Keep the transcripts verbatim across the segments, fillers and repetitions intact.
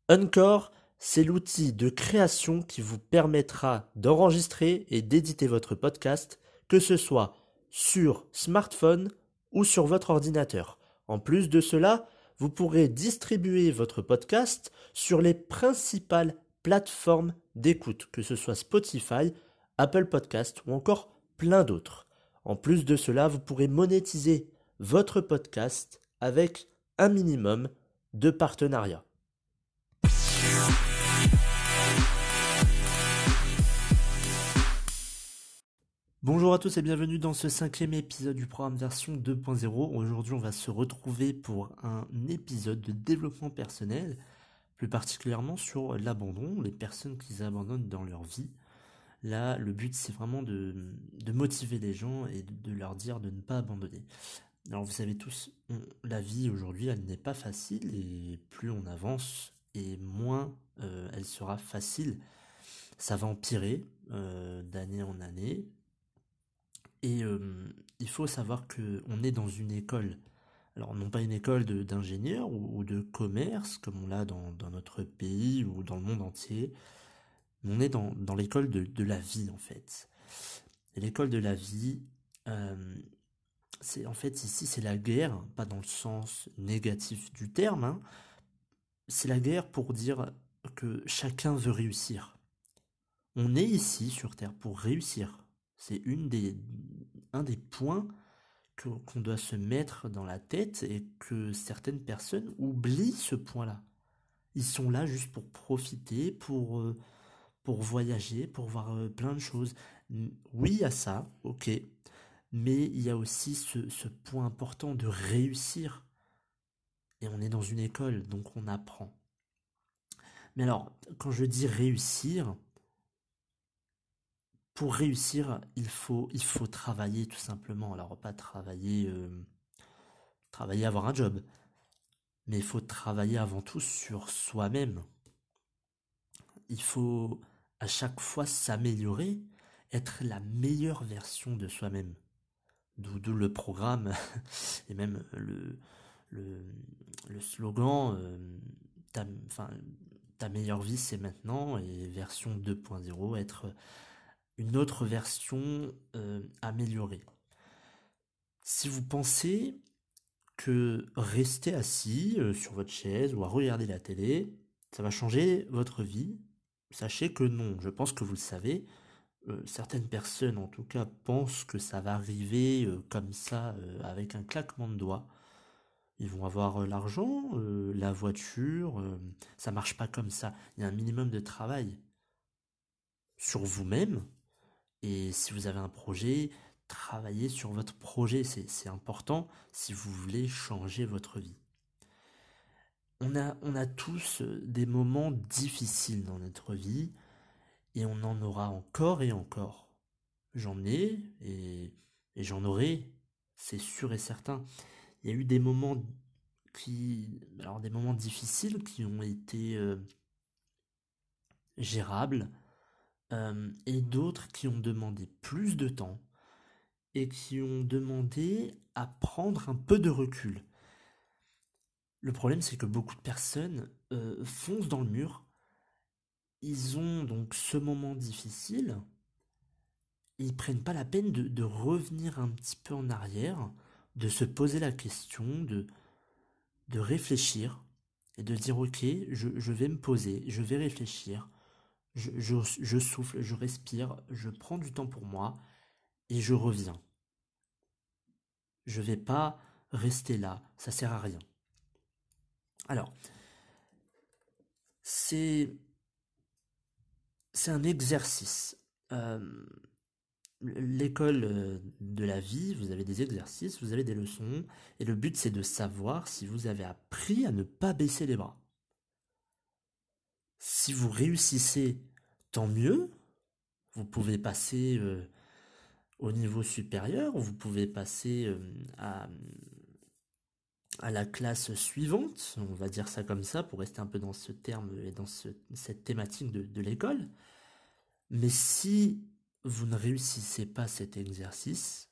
Anchor, c'est l'outil de création qui vous permettra d'enregistrer et d'éditer votre podcast, que ce soit sur smartphone ou sur votre ordinateur. En plus de cela, vous pourrez distribuer votre podcast sur les principales plateformes d'écoute, que ce soit Spotify, Apple Podcast ou encore plein d'autres. En plus de cela, vous pourrez monétiser votre podcast avec un minimum de partenariats. Bonjour à tous et bienvenue dans ce cinquième épisode du programme version deux point zéro. Aujourd'hui, on va se retrouver pour un épisode de développement personnel, plus particulièrement sur l'abandon, les personnes qui abandonnent dans leur vie. Là, le but, c'est vraiment de, de motiver les gens et de, de leur dire de ne pas abandonner. Alors, vous savez tous, on- la vie aujourd'hui, elle n'est pas facile et plus on avance et moins euh, elle sera facile. Ça va empirer euh, d'année en année. Et euh, il faut savoir que on est dans une école. Alors non pas une école de- d'ingénieurs ou, ou de commerce comme on l'a dans, dans notre pays ou dans le monde entier, mais on est dans, dans l'école de, de la vie en fait. Et l'école de la vie, euh, c'est en fait ici c'est la guerre, pas dans le sens négatif du terme, hein. C'est la guerre pour dire que chacun veut réussir. On est ici sur Terre pour réussir. C'est une des, un des points que- qu'on doit se mettre dans la tête et que certaines personnes oublient ce point-là. Ils sont là juste pour profiter, pour, euh, pour voyager, pour voir euh, plein de choses. Mm, Oui, il y a ça, ok, mais il y a aussi ce, ce point important de réussir. Et on est dans une école, donc on apprend. Mais alors, quand je dis réussir, pour réussir, il faut, il faut travailler tout simplement. Alors, pas travailler, euh, travailler, avoir un job. Mais il faut travailler avant tout sur soi-même. Il faut à chaque fois s'améliorer, être la meilleure version de soi-même. D'où d'où le programme et même le, le, le slogan euh, ta, enfin, ta meilleure vie c'est maintenant et version deux point zéro, être une autre version euh, améliorée. Si vous pensez que rester assis euh, sur votre chaise ou à regarder la télé, ça va changer votre vie. Sachez que non, je pense que vous le savez. Euh, certaines personnes, en tout cas, pensent que ça va arriver euh, comme ça, euh, avec un claquement de doigts. Ils vont avoir euh, l'argent, euh, la voiture. Euh, ça marche pas comme ça. Il y a un minimum de travail sur vous-même. Et si vous avez un projet, travaillez sur votre projet. C'est, c'est important si vous voulez changer votre vie. On a, on a tous euh, des moments difficiles dans notre vie et on en aura encore et encore. J'en ai et, et j'en aurai, c'est sûr et certain. Il y a eu des moments qui, alors des moments difficiles qui ont été euh, gérables euh, et d'autres qui ont demandé plus de temps et qui ont demandé à prendre un peu de recul. Le problème, c'est que beaucoup de personnes euh, foncent dans le mur. Ils ont donc ce moment difficile. Ils prennent pas la peine de, de revenir un petit peu en arrière, de se poser la question, de, de réfléchir et de dire ok, je, je vais me poser, je vais réfléchir, je, je, je souffle, je respire, je prends du temps pour moi et je reviens. Je vais pas rester là, ça sert à rien. Alors, c'est c'est un exercice. Euh, L'école euh, de la vie, vous avez des exercices, vous avez des leçons, et le but c'est de savoir si vous avez appris à ne pas baisser les bras. Si vous réussissez, tant mieux, vous pouvez passer euh, au niveau supérieur, vous pouvez passer euh, à, à la classe suivante, on va dire ça comme ça pour rester un peu dans ce terme et dans ce- cette thématique de, de l'école. Mais si vous ne réussissez pas cet exercice,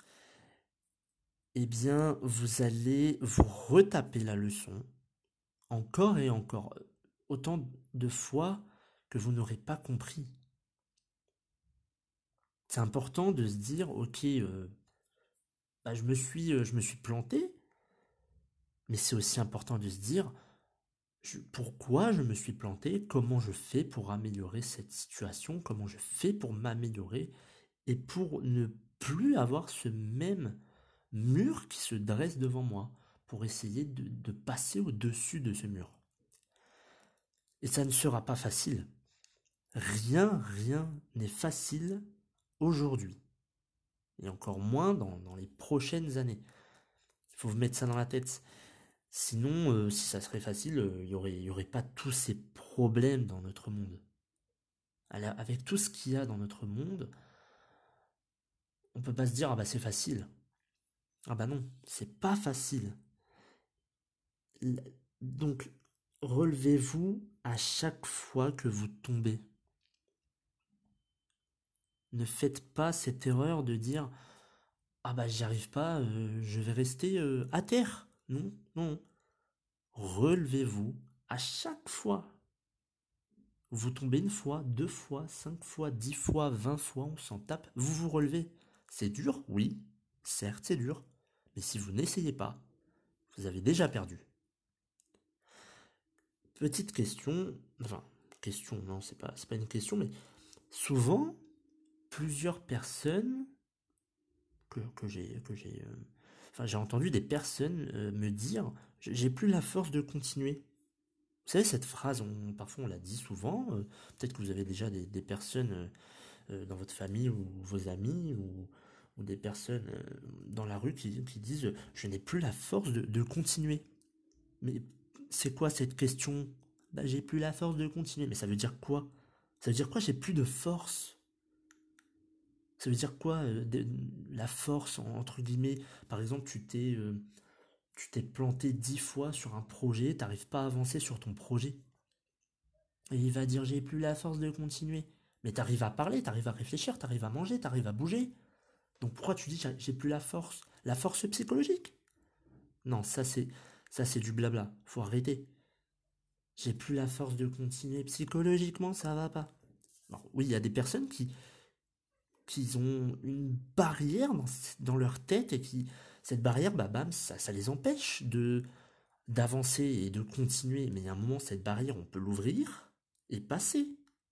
eh bien, vous allez vous retaper la leçon encore et encore, autant de fois que vous n'aurez pas compris. C'est important de se dire, ok, euh, bah, je me suis, euh, je me suis planté, mais c'est aussi important de se dire, je- pourquoi je me suis planté, comment je fais pour améliorer cette situation, comment je fais pour m'améliorer, et pour ne plus avoir ce même mur qui se dresse devant moi, pour essayer de, de passer au-dessus de ce mur. Et ça ne sera pas facile. Rien, rien n'est facile aujourd'hui. Et encore moins dans, dans les prochaines années. Il faut vous mettre ça dans la tête. Sinon, euh, si ça serait facile, il euh, n'y aurait, y aurait pas tous ces problèmes dans notre monde. Alors, avec tout ce qu'il y a dans notre monde, on peut pas se dire, ah bah c'est facile. Ah bah non, c'est pas facile. Donc, relevez-vous à chaque fois que vous tombez. Ne faites pas cette erreur de dire, ah bah j'y arrive pas, euh, je vais rester euh, à terre. Non, non. Relevez-vous à chaque fois. Vous tombez une fois, deux fois, cinq fois, dix fois, vingt fois, on s'en tape. Vous vous relevez. C'est dur, oui. Certes, c'est dur. Mais si vous n'essayez pas, vous avez déjà perdu. Petite question, enfin, question, non, c'est pas, c'est pas une question, mais souvent, plusieurs personnes que, que j'ai, que j'ai, euh, enfin, j'ai entendu des personnes euh, me dire, j'ai plus la force de continuer. Vous savez, cette phrase, on, parfois on la dit souvent, euh, peut-être que vous avez déjà des, des personnes euh, euh, dans votre famille ou vos amis ou, ou des personnes euh, dans la rue qui, qui disent je n'ai plus la force de, de continuer. Mais c'est quoi cette question? Bah, j'ai plus la force de continuer. Mais ça veut dire quoi? Ça veut dire quoi? J'ai plus de force. Ça veut dire quoi euh, de- la force entre guillemets? Par exemple, tu t'es euh, tu t'es planté dix fois sur un projet, t'arrives pas à avancer sur ton projet. Et il va dire j'ai plus la force de continuer. Mais t'arrives à parler, t'arrives à réfléchir, t'arrives à manger, t'arrives à bouger. Donc pourquoi tu dis j'ai j'ai plus la force? La force psychologique? Non, ça c'est ça c'est du blabla. Faut arrêter. J'ai plus la force de continuer. Psychologiquement, ça va pas. Alors, oui, il y a des personnes qui, qui ont une barrière dans, dans leur tête et qui, cette barrière, bah bam, ça, ça les empêche de d'avancer et de continuer. Mais il y a un moment, cette barrière, on peut l'ouvrir et passer.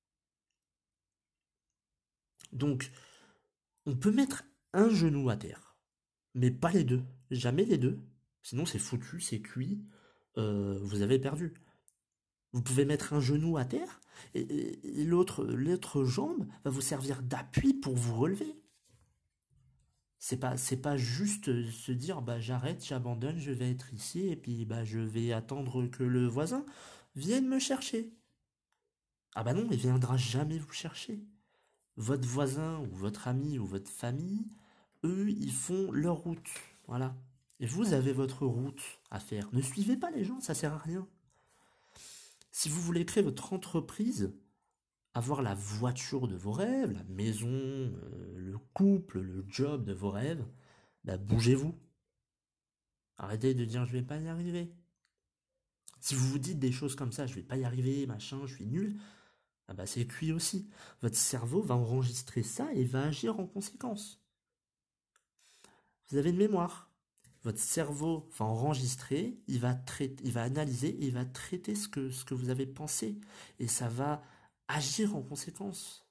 Donc, on peut mettre un genou à terre, mais pas les deux. Jamais les deux. Sinon, c'est foutu, c'est cuit. Euh, vous avez perdu. Vous pouvez mettre un genou à terre et, et- et l'autre, l'autre jambe va vous servir d'appui pour vous relever. C'est pas, c'est pas juste se dire bah j'arrête, j'abandonne, je vais être ici et puis bah je vais attendre que le voisin vienne me chercher. Ah bah non, il viendra jamais vous chercher. Votre voisin ou votre ami ou votre famille, eux, ils font leur route. Voilà. Et vous avez votre route à faire. Ne suivez pas les gens, ça sert à rien. Si vous voulez créer votre entreprise, avoir la voiture de vos rêves, la maison, euh, le couple, le job de vos rêves, bah bougez-vous. Arrêtez de dire je vais pas y arriver. Si vous vous dites des choses comme ça, je vais pas y arriver, machin, je suis nul, ah bah c'est cuit aussi. Votre cerveau va enregistrer ça et va agir en conséquence. Vous avez une mémoire. Votre cerveau va enregistrer, il va traiter, il va analyser, et il va traiter ce que, ce que vous avez pensé. Et ça va agir en conséquence.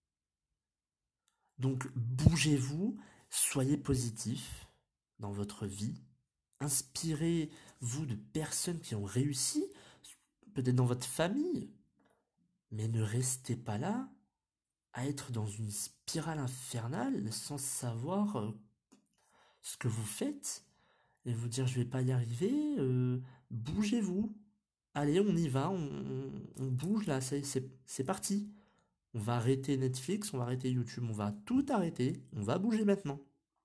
Donc bougez-vous, soyez positif dans votre vie, inspirez-vous de personnes qui ont réussi, peut-être dans votre famille, mais ne restez pas là à être dans une spirale infernale sans savoir euh, ce que vous faites et vous dire je vais pas y arriver, euh, bougez-vous. Allez, on y va, on, on- on bouge là, c'est c'est- c'est parti. On va arrêter Netflix, on va arrêter YouTube, on va tout arrêter, on va bouger maintenant.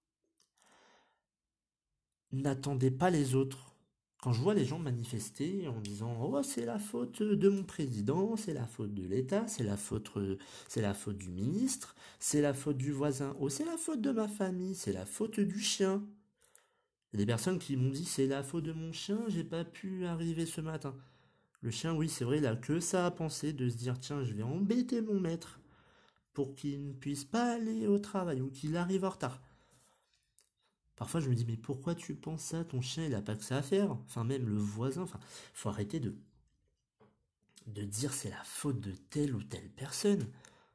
N'attendez pas les autres. Quand je vois les gens manifester en disant oh c'est la faute de mon président, c'est la faute de l'État, c'est la faute c'est la faute du ministre, c'est la faute du voisin, oh c'est la faute de ma famille, c'est la faute du chien. Il y a des personnes qui m'ont dit c'est la faute de mon chien, j'ai pas pu arriver ce matin. Le chien, oui, c'est vrai, il a que ça à penser de se dire, tiens, je vais embêter mon maître pour qu'il ne puisse pas aller au travail ou qu'il arrive en retard. Parfois, je me dis, mais pourquoi tu penses ça? Ton chien, il a pas que ça à faire. Enfin, même le voisin. Enfin, faut arrêter de, de dire c'est la faute de telle ou telle personne.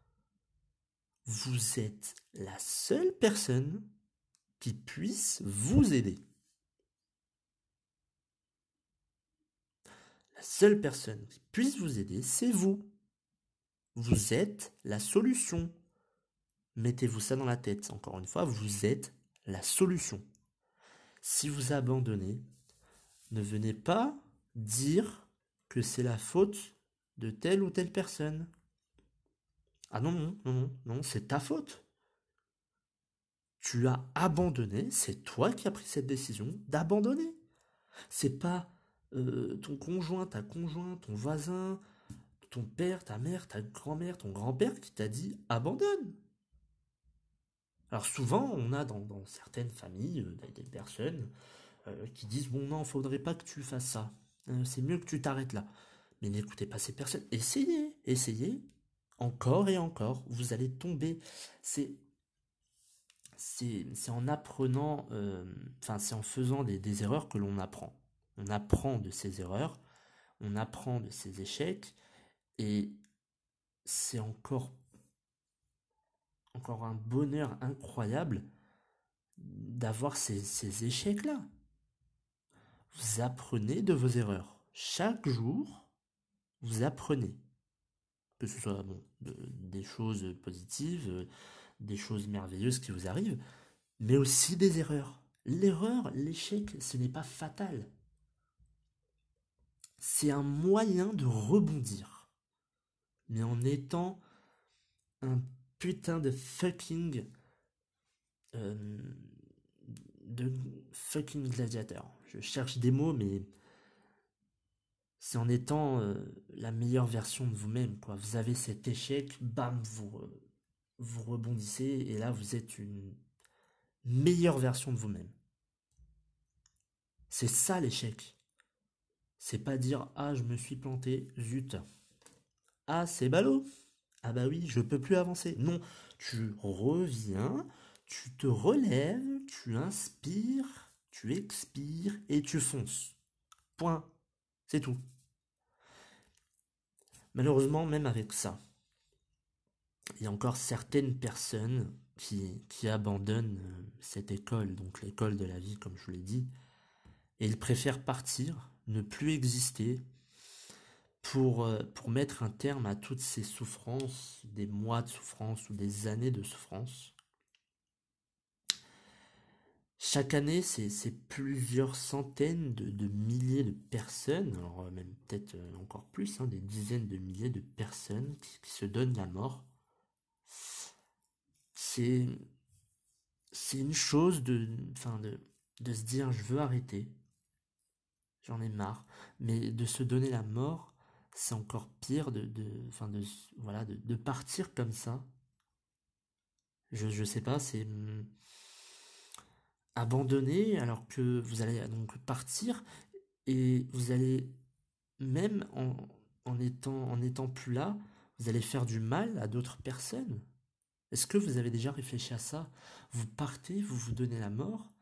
Vous êtes la seule personne qui puisse vous aider. La seule personne qui puisse vous aider, c'est vous. Vous êtes la solution. Mettez-vous ça dans la tête. Encore une fois, vous êtes la solution. Si vous abandonnez, ne venez pas dire que c'est la faute de telle ou telle personne. Ah non, non, non, non, non, c'est ta faute. Tu as abandonné, c'est toi qui as pris cette décision d'abandonner. C'est pas euh, ton conjoint, ta conjointe, ton voisin, ton père, ta mère, ta grand-mère, ton grand-père qui t'a dit abandonne. Alors souvent, on a dans, dans certaines familles euh, des personnes euh, qui disent bon non, faudrait pas que tu fasses ça. Euh, c'est mieux que tu t'arrêtes là. Mais n'écoutez pas ces personnes. Essayez, essayez, encore et encore. Vous allez tomber. C'est c'est c'est en apprenant, euh, enfin c'est en faisant des, des erreurs que l'on apprend. On apprend de ses erreurs, on apprend de ses échecs, et c'est encore encore un bonheur incroyable d'avoir ces, ces échecs-là. Vous apprenez de vos erreurs. Chaque jour, vous apprenez. Que ce soit bon, de- des choses positives, euh, des choses merveilleuses qui vous arrivent, mais aussi des erreurs. L'erreur, l'échec, ce n'est pas fatal. C'est un moyen de rebondir. Mais en étant un putain de fucking... euh, de fucking gladiateur. Je cherche des mots, mais c'est en étant euh, la meilleure version de vous-même, quoi. Vous avez cet échec, bam, vous, re- vous rebondissez, et là, vous êtes une meilleure version de vous-même. C'est ça l'échec. C'est pas dire ah je me suis planté, zut. Ah c'est ballot. Ah bah oui, je peux plus avancer. Non, tu reviens, tu te relèves, tu inspires, tu expires et tu fonces. Point. C'est tout. Malheureusement, même avec ça, il y a encore certaines personnes qui, qui abandonnent euh, cette école, donc l'école de la vie, comme je vous l'ai dit, et ils préfèrent partir, ne plus exister, pour, euh, pour mettre un terme à toutes ces souffrances, des mois de souffrance ou des années de souffrance. Chaque année, c'est c'est plusieurs centaines de, de milliers de personnes, alors euh, même peut-être euh, encore plus, hein, des dizaines de milliers de personnes qui, qui se donnent la mort. C'est c'est une chose de, enfin de, de se dire je veux arrêter, j'en ai marre, mais de se donner la mort, c'est encore pire de, de, enfin de, voilà, de, de partir comme ça. Je, je sais pas, c'est hum, abandonner alors que vous allez donc partir et vous allez même en, en étant en étant plus là, vous allez faire du mal à d'autres personnes. Est-ce que vous avez déjà réfléchi à ça? Vous partez, vous vous donnez la mort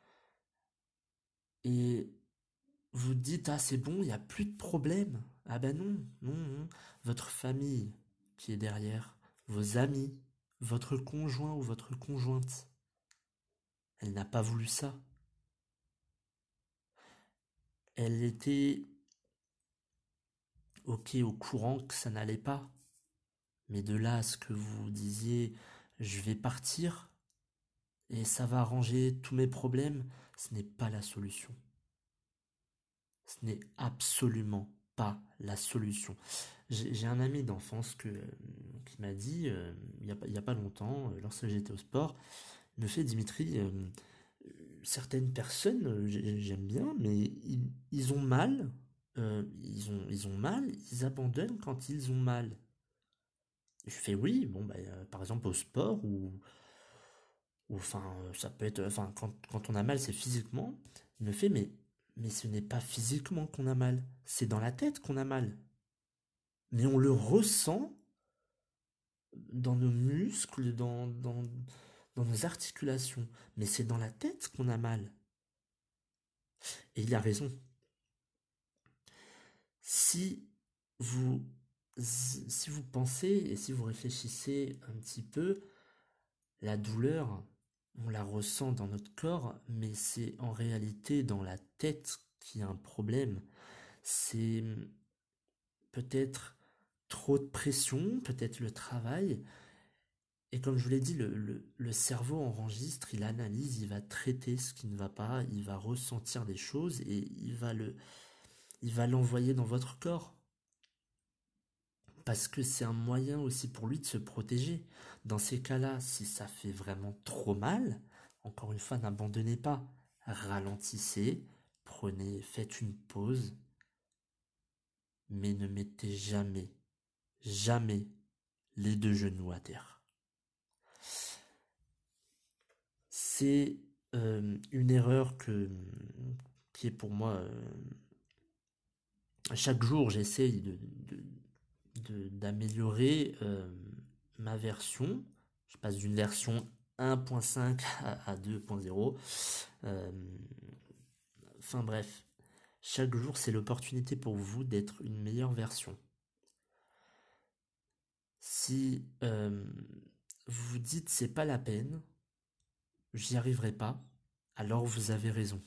et vous dites ah c'est bon, il n'y a plus de problème. Ah ben non, non, non. Votre famille qui est derrière, vos amis, votre conjoint ou votre conjointe, elle n'a pas voulu ça. Elle était ok au courant que ça n'allait pas. Mais de là à ce que vous disiez je vais partir et ça va arranger tous mes problèmes, ce n'est pas la solution. Ce n'est absolument pas la solution. J'ai j'ai un ami d'enfance que, qui m'a dit, euh, il n'y a, pas- il y a pas longtemps, euh, lorsque j'étais au sport, il me fait Dimitri, euh, certaines personnes, euh, j'ai- j'aime bien, mais ils, ils ont mal, euh, ils ont, ils ont mal, ils abandonnent quand ils ont mal. Je fais oui, bon, bah, euh, par exemple au sport, ou, ou enfin, euh, ça peut être, enfin, quand, quand on a mal, c'est physiquement. Il me fait, mais, mais ce n'est pas physiquement qu'on a mal, c'est dans la tête qu'on a mal. mais on le ressent dans nos muscles, dans, dans, dans nos articulations. Mais c'est dans la tête qu'on a mal. Et il a raison. Si vous, si vous pensez et si vous réfléchissez un petit peu, la douleur, on la ressent dans notre corps, mais c'est en réalité dans la tête qu'il y a un problème. C'est peut-être trop de pression, peut-être le travail. Et comme je vous l'ai dit, le, le, le cerveau enregistre, il analyse, il va traiter ce qui ne va pas, il va ressentir des choses et il va le, il va l'envoyer dans votre corps. Parce que c'est un moyen aussi pour lui de se protéger. Dans ces cas-là, si ça fait vraiment trop mal, encore une fois, n'abandonnez pas. Ralentissez, prenez, faites une pause, mais ne mettez jamais, jamais les deux genoux à terre. C'est euh, une erreur que, qui est pour moi... Euh, chaque jour, j'essaye de, de, de- d'améliorer euh, ma version. Je passe d'une version un point cinq à, à deux point zéro. Euh, enfin bref, chaque jour, c'est l'opportunité pour vous d'être une meilleure version. Si euh, vous vous dites c'est pas la peine, j'y arriverai pas, alors vous avez raison.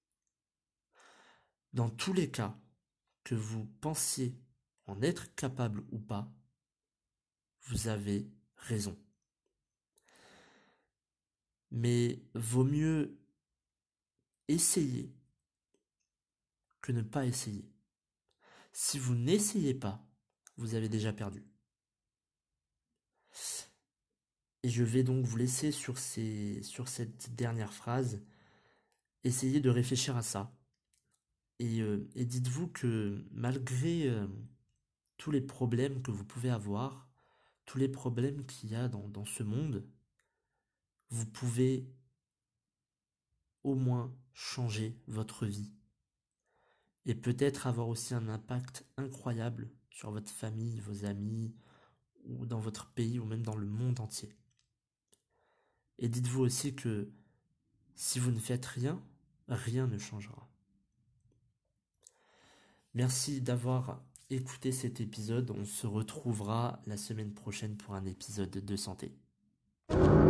Dans tous les cas, que vous pensiez en être capable ou pas, vous avez raison. Mais vaut mieux essayer que ne pas essayer. Si vous n'essayez pas, vous avez déjà perdu. Et je vais donc vous laisser sur, ces, sur cette dernière phrase. Essayez de réfléchir à ça. Et, euh, et dites-vous que malgré euh, tous les problèmes que vous pouvez avoir, tous les problèmes qu'il y a dans, dans ce monde, vous pouvez au moins changer votre vie. Et peut-être avoir aussi un impact incroyable sur votre famille, vos amis, ou dans votre pays, ou même dans le monde entier. Et dites-vous aussi que si vous ne faites rien, rien ne changera. Merci d'avoir écouté cet épisode. On se retrouvera la semaine prochaine pour un épisode de santé.